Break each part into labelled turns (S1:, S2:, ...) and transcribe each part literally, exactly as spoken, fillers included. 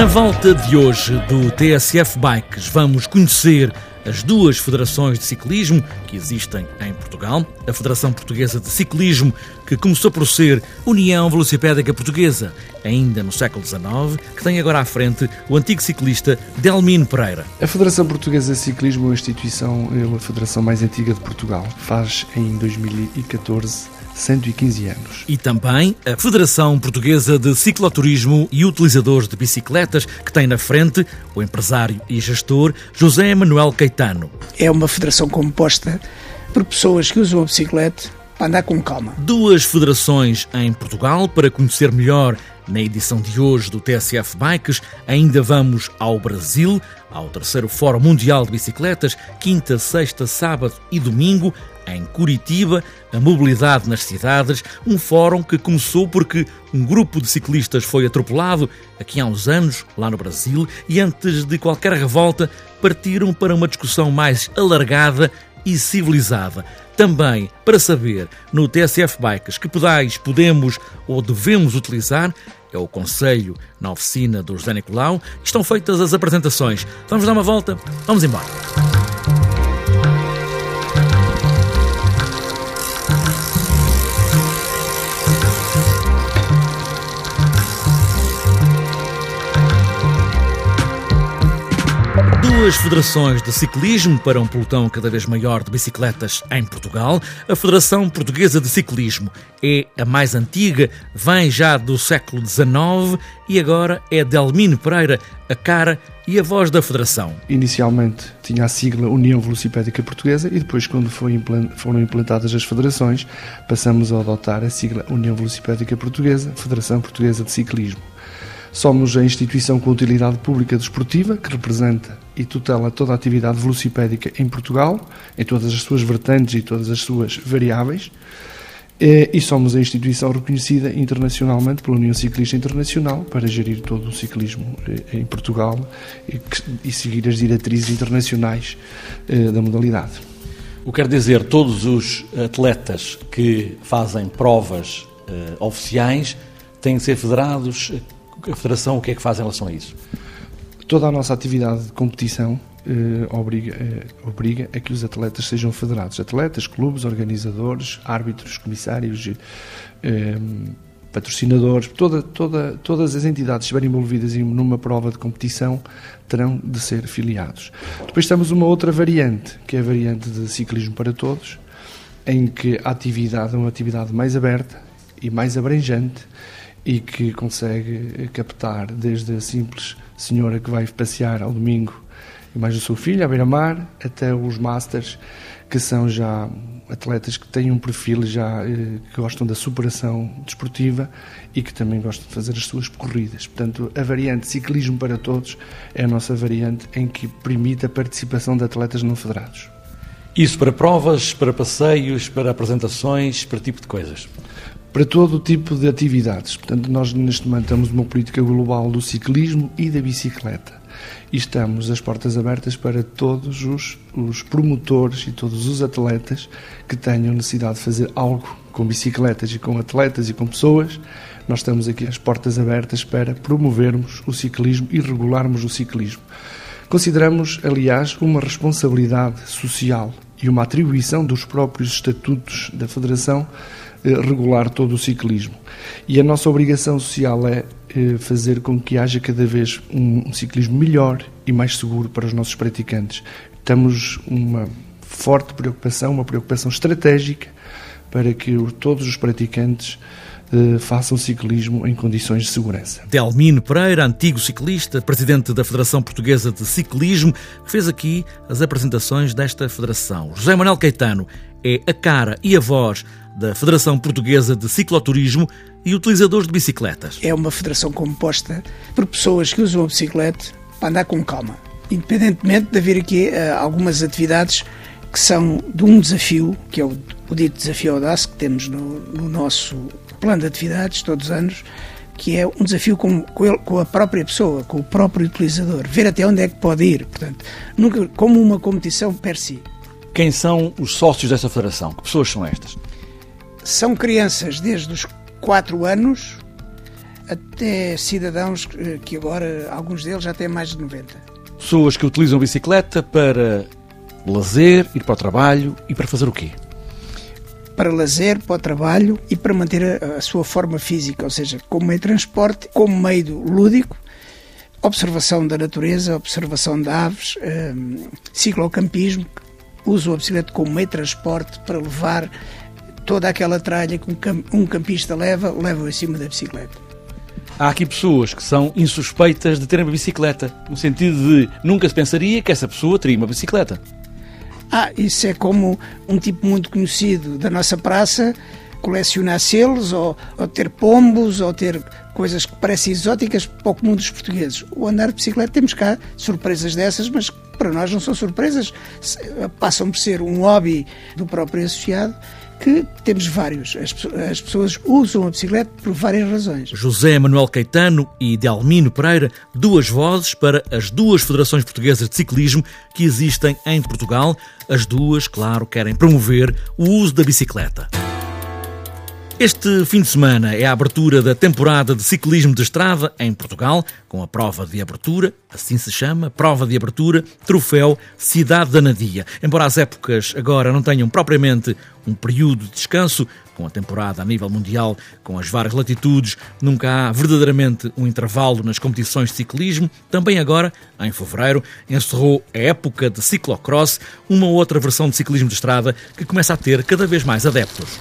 S1: Na volta de hoje do T S F Bikes vamos conhecer as duas federações de ciclismo que existem em Portugal. A Federação Portuguesa de Ciclismo, que começou por ser União Velocipédica Portuguesa, ainda no século dezenove, que tem agora à frente o antigo ciclista Delmino Pereira.
S2: A Federação Portuguesa de Ciclismo é a instituição, é a federação mais antiga de Portugal. Faz em dois mil e catorze cento e quinze anos.
S1: E também a Federação Portuguesa de Cicloturismo e Utilizadores de Bicicletas, que tem na frente o empresário e gestor José Manuel Caetano.
S3: É uma federação composta por pessoas que usam a bicicleta para andar com calma.
S1: Duas federações em Portugal. Para conhecer melhor, na edição de hoje do T S F Bikes, ainda vamos ao Brasil, ao terceiro Fórum Mundial de Bicicletas, quinta, sexta, sábado e domingo, em Curitiba, a mobilidade nas cidades, um fórum que começou porque um grupo de ciclistas foi atropelado aqui há uns anos, lá no Brasil, e antes de qualquer revolta partiram para uma discussão mais alargada e civilizada. Também para saber, no T S F Bikes, que pedais podemos ou devemos utilizar, é o conselho na oficina do José Nicolau. Estão feitas as apresentações. Vamos dar uma volta? Vamos embora. Duas federações de ciclismo para um pelotão cada vez maior de bicicletas em Portugal. A Federação Portuguesa de Ciclismo é a mais antiga, vem já do século dezenove e agora é Delmino Pereira, a cara e a voz da Federação.
S2: Inicialmente tinha a sigla União Velocipédica Portuguesa e depois, quando foi implant... foram implantadas as federações, passamos a adotar a sigla União Velocipédica Portuguesa, Federação Portuguesa de Ciclismo. Somos a instituição com utilidade pública desportiva que representa e tutela toda a atividade velocipédica em Portugal, em todas as suas vertentes e todas as suas variáveis, e somos a instituição reconhecida internacionalmente pela União Ciclista Internacional para gerir todo o ciclismo em Portugal e seguir as diretrizes internacionais da modalidade.
S4: O que quer dizer, todos os atletas que fazem provas uh, oficiais têm que ser federados. A Federação, o que é que faz em relação a isso?
S2: Toda a nossa atividade de competição eh, obriga, eh, obriga a que os atletas sejam federados. Atletas, clubes, organizadores, árbitros, comissários, eh, patrocinadores, toda, toda, todas as entidades que estiverem envolvidas em numa prova de competição terão de ser filiados. Depois temos uma outra variante, que é a variante de ciclismo para todos, em que a atividade é uma atividade mais aberta e mais abrangente, e que consegue captar desde a simples senhora que vai passear ao domingo e mais o seu filho à beira-mar, até os masters, que são já atletas que têm um perfil já eh, que gostam da superação desportiva e que também gostam de fazer as suas corridas. Portanto, a variante ciclismo para todos é a nossa variante em que permite a participação de atletas não federados.
S4: Isso para provas, para passeios, para apresentações, para tipo de coisas?
S2: Para todo o tipo de atividades. Portanto, nós neste momento temos uma política global do ciclismo e da bicicleta. E estamos as portas abertas para todos os, os promotores e todos os atletas que tenham necessidade de fazer algo com bicicletas e com atletas e com pessoas. Nós estamos aqui as portas abertas para promovermos o ciclismo e regularmos o ciclismo. Consideramos, aliás, uma responsabilidade social e uma atribuição dos próprios estatutos da Federação regular todo o ciclismo. E a nossa obrigação social é fazer com que haja cada vez um ciclismo melhor e mais seguro para os nossos praticantes. Temos uma forte preocupação, uma preocupação estratégica para que todos os praticantes façam ciclismo em condições de segurança.
S1: Delmino Pereira, antigo ciclista, presidente da Federação Portuguesa de Ciclismo, que fez aqui as apresentações desta federação. José Manuel Caetano é a cara e a voz da Federação Portuguesa de Cicloturismo e Utilizadores de Bicicletas.
S3: É uma federação composta por pessoas que usam a bicicleta para andar com calma, independentemente de haver aqui uh, algumas atividades que são de um desafio, que é o, o dito desafio Audace, que temos no, no nosso plano de atividades todos os anos, que é um desafio com, com, ele, com a própria pessoa, com o próprio utilizador, ver até onde é que pode ir, portanto, nunca, como uma competição per si.
S4: Quem são os sócios dessa federação? Que pessoas são estas?
S3: São crianças desde os quatro anos até cidadãos que agora, alguns deles já têm mais de noventa.
S4: Pessoas que utilizam a bicicleta para lazer, ir para o trabalho e para fazer o quê?
S3: Para lazer, para o trabalho e para manter a, a sua forma física, ou seja, como meio de transporte, como meio lúdico, observação da natureza, observação de aves, um, ciclocampismo, usam a bicicleta como meio de transporte para levar toda aquela tralha que um, cam- um campista leva, levam em cima da bicicleta.
S4: Há aqui pessoas que são insuspeitas de terem uma bicicleta, no sentido de nunca se pensaria que essa pessoa teria uma bicicleta.
S3: Ah, isso é como um tipo muito conhecido da nossa praça, colecionar selos, ou, ou ter pombos, ou ter coisas que parecem exóticas para o comum dos portugueses. O andar de bicicleta, temos cá surpresas dessas, mas para nós não são surpresas, passam por ser um hobby do próprio associado, que temos vários. As, as pessoas usam a bicicleta por várias razões.
S1: José Manuel Caetano e Delmino Pereira, duas vozes para as duas federações portuguesas de ciclismo que existem em Portugal. As duas, claro, querem promover o uso da bicicleta. Este fim de semana é a abertura da temporada de ciclismo de estrada em Portugal, com a prova de abertura, assim se chama, prova de abertura, troféu Cidade da Nadia. Embora as épocas agora não tenham propriamente um período de descanso, com a temporada a nível mundial, com as várias latitudes, nunca há verdadeiramente um intervalo nas competições de ciclismo. Também agora, em fevereiro, encerrou a época de ciclocross, uma outra versão de ciclismo de estrada que começa a ter cada vez mais adeptos.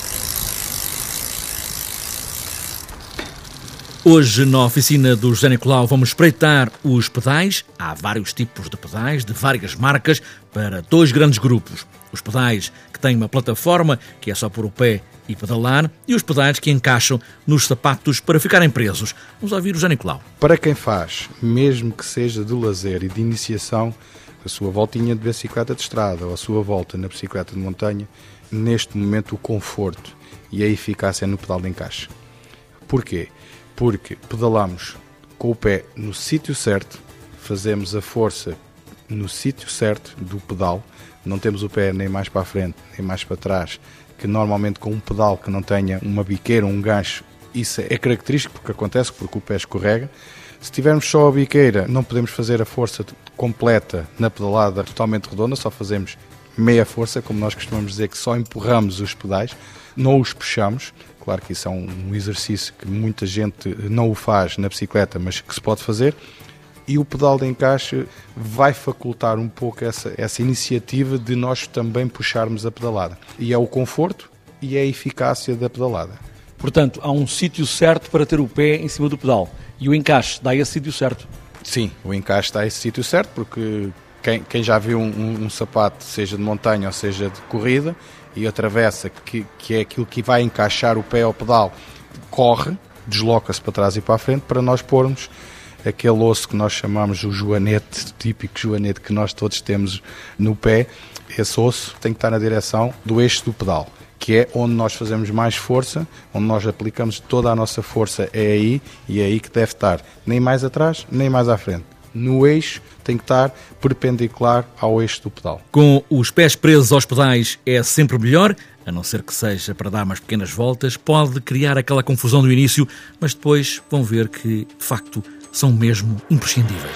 S1: Hoje, na oficina do José Nicolau, vamos espreitar os pedais. Há vários tipos de pedais, de várias marcas, para dois grandes grupos. Os pedais que têm uma plataforma, que é só pôr o pé e pedalar, e os pedais que encaixam nos sapatos para ficarem presos. Vamos ouvir o José Nicolau.
S5: Para quem faz, mesmo que seja de lazer e de iniciação, a sua voltinha de bicicleta de estrada ou a sua volta na bicicleta de montanha, neste momento o conforto e a eficácia no pedal de encaixe. Porquê? Porque pedalamos com o pé no sítio certo, fazemos a força no sítio certo do pedal, não temos o pé nem mais para a frente, nem mais para trás, que normalmente com um pedal que não tenha uma biqueira ou um gancho, isso é característico porque acontece, porque o pé escorrega. Se tivermos só a biqueira, não podemos fazer a força completa na pedalada totalmente redonda, só fazemos meia força, como nós costumamos dizer, que só empurramos os pedais, não os puxamos. Claro que isso é um exercício que muita gente não o faz na bicicleta, mas que se pode fazer. E o pedal de encaixe vai facultar um pouco essa, essa iniciativa de nós também puxarmos a pedalada. E é o conforto e é a eficácia da pedalada.
S4: Portanto, há um sítio certo para ter o pé em cima do pedal. E o encaixe dá esse sítio certo.
S5: Sim, o encaixe dá esse sítio certo, porque quem, quem já viu um, um, um sapato, seja de montanha ou seja de corrida, e a travessa, que, que é aquilo que vai encaixar o pé ao pedal, corre, desloca-se para trás e para a frente, para nós pormos aquele osso que nós chamamos o joanete, típico joanete que nós todos temos no pé. Esse osso tem que estar na direção do eixo do pedal, que é onde nós fazemos mais força, onde nós aplicamos toda a nossa força, é aí, e é aí que deve estar, nem mais atrás, nem mais à frente. No eixo tem que estar perpendicular ao eixo do pedal.
S1: Com os pés presos aos pedais é sempre melhor, a não ser que seja para dar umas pequenas voltas. Pode criar aquela confusão no início, mas depois vão ver que, de facto, são mesmo imprescindíveis.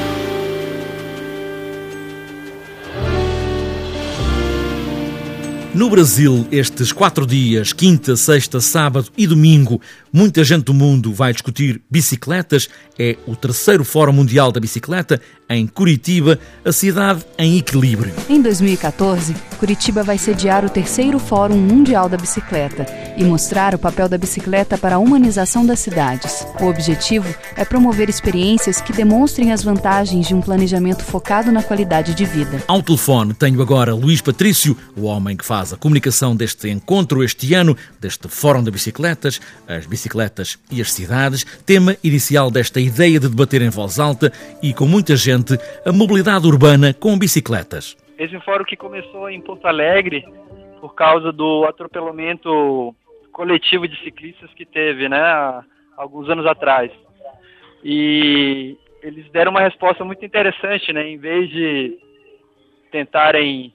S1: No Brasil, estes quatro dias, quinta, sexta, sábado e domingo, muita gente do mundo vai discutir bicicletas. É o terceiro Fórum Mundial da Bicicleta, em Curitiba, a cidade em equilíbrio.
S6: Em dois mil e catorze, Curitiba vai sediar o terceiro Fórum Mundial da Bicicleta e mostrar o papel da bicicleta para a humanização das cidades. O objetivo é promover experiências que demonstrem as vantagens de um planejamento focado na qualidade de vida.
S1: Ao telefone tenho agora Luís Patrício, o homem que faz a comunicação deste encontro este ano, deste Fórum de Bicicletas, as bicicletas e as cidades, tema inicial desta ideia de debater em voz alta e com muita gente a mobilidade urbana com bicicletas.
S7: Esse fórum que começou em Porto Alegre por causa do atropelamento coletivo de ciclistas que teve, né, há alguns anos atrás. E eles deram uma resposta muito interessante, né, em vez de tentarem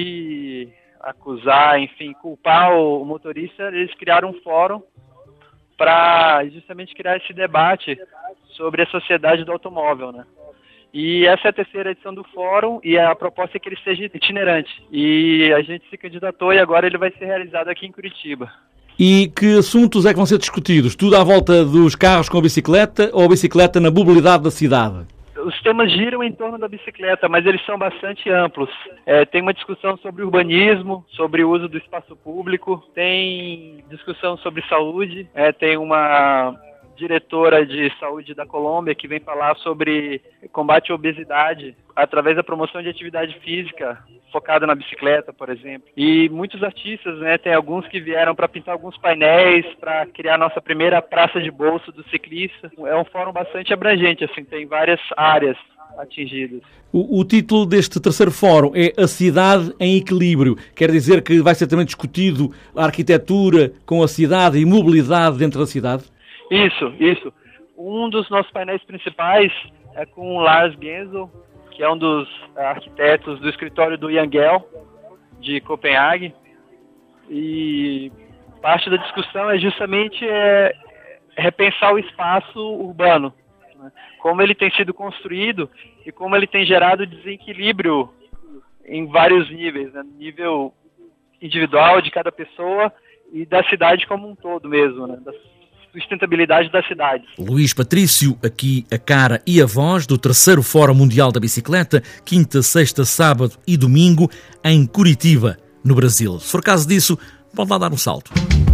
S7: agredir, acusar, enfim, culpar o motorista, eles criaram um fórum para justamente criar esse debate sobre a sociedade do automóvel, né? E essa é a terceira edição do fórum e a proposta é que ele seja itinerante. E a gente se candidatou e agora ele vai ser realizado aqui em Curitiba.
S4: E que assuntos é que vão ser discutidos? Tudo à volta dos carros com bicicleta ou a bicicleta na mobilidade da cidade?
S7: Os temas giram em torno da bicicleta, mas eles são bastante amplos. É, tem uma discussão sobre urbanismo, sobre o uso do espaço público, tem discussão sobre saúde, é, tem uma diretora de saúde da Colômbia que vem falar sobre combate à obesidade através da promoção de atividade física focada na bicicleta, por exemplo. E muitos artistas, né, tem alguns que vieram para pintar alguns painéis, para criar a nossa primeira praça de bolso do ciclista. É um fórum bastante abrangente, assim, tem várias áreas atingidas.
S4: O, o título deste terceiro fórum é A Cidade em Equilíbrio. Quer dizer que vai ser também discutido a arquitetura com a cidade e mobilidade dentro da cidade?
S7: Isso, isso. Um dos nossos painéis principais é com o Lars Genzel, que é um dos arquitetos do escritório do Yangel, de Copenhague. E parte da discussão é justamente é, repensar o espaço urbano, né? Como ele tem sido construído e como ele tem gerado desequilíbrio em vários níveis, né? Nível individual de cada pessoa e da cidade como um todo mesmo, né? Da sustentabilidade da cidade.
S1: Luís Patrício, aqui a cara e a voz do terceiro Fórum Mundial da Bicicleta, quinta, sexta, sábado e domingo, em Curitiba, no Brasil. Se for caso disso, pode lá dar um salto.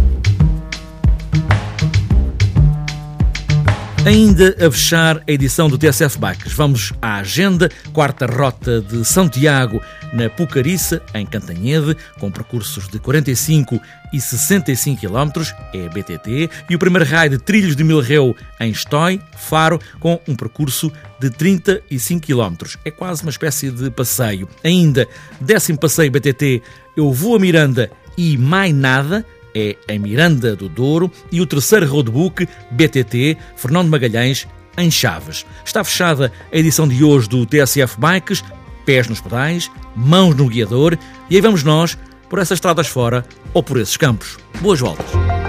S1: Ainda a fechar a edição do T S F Bikes, vamos à agenda. Quarta rota de Santiago, na Pucariça, em Cantanhede, com percursos de quarenta e cinco e sessenta e cinco quilómetros, é B T T, e o primeiro raio de Trilhos de Milreu, em Estói, Faro, com um percurso de trinta e cinco quilómetros. É quase uma espécie de passeio. Ainda, décimo passeio B T T, Eu Vou a Miranda e Mais Nada, é em Miranda do Douro, e o terceiro roadbook B T T Fernão de Magalhães, em Chaves. Está fechada a edição de hoje do T S F Bikes, pés nos pedais, mãos no guiador, e aí vamos nós por essas estradas fora ou por esses campos. Boas voltas!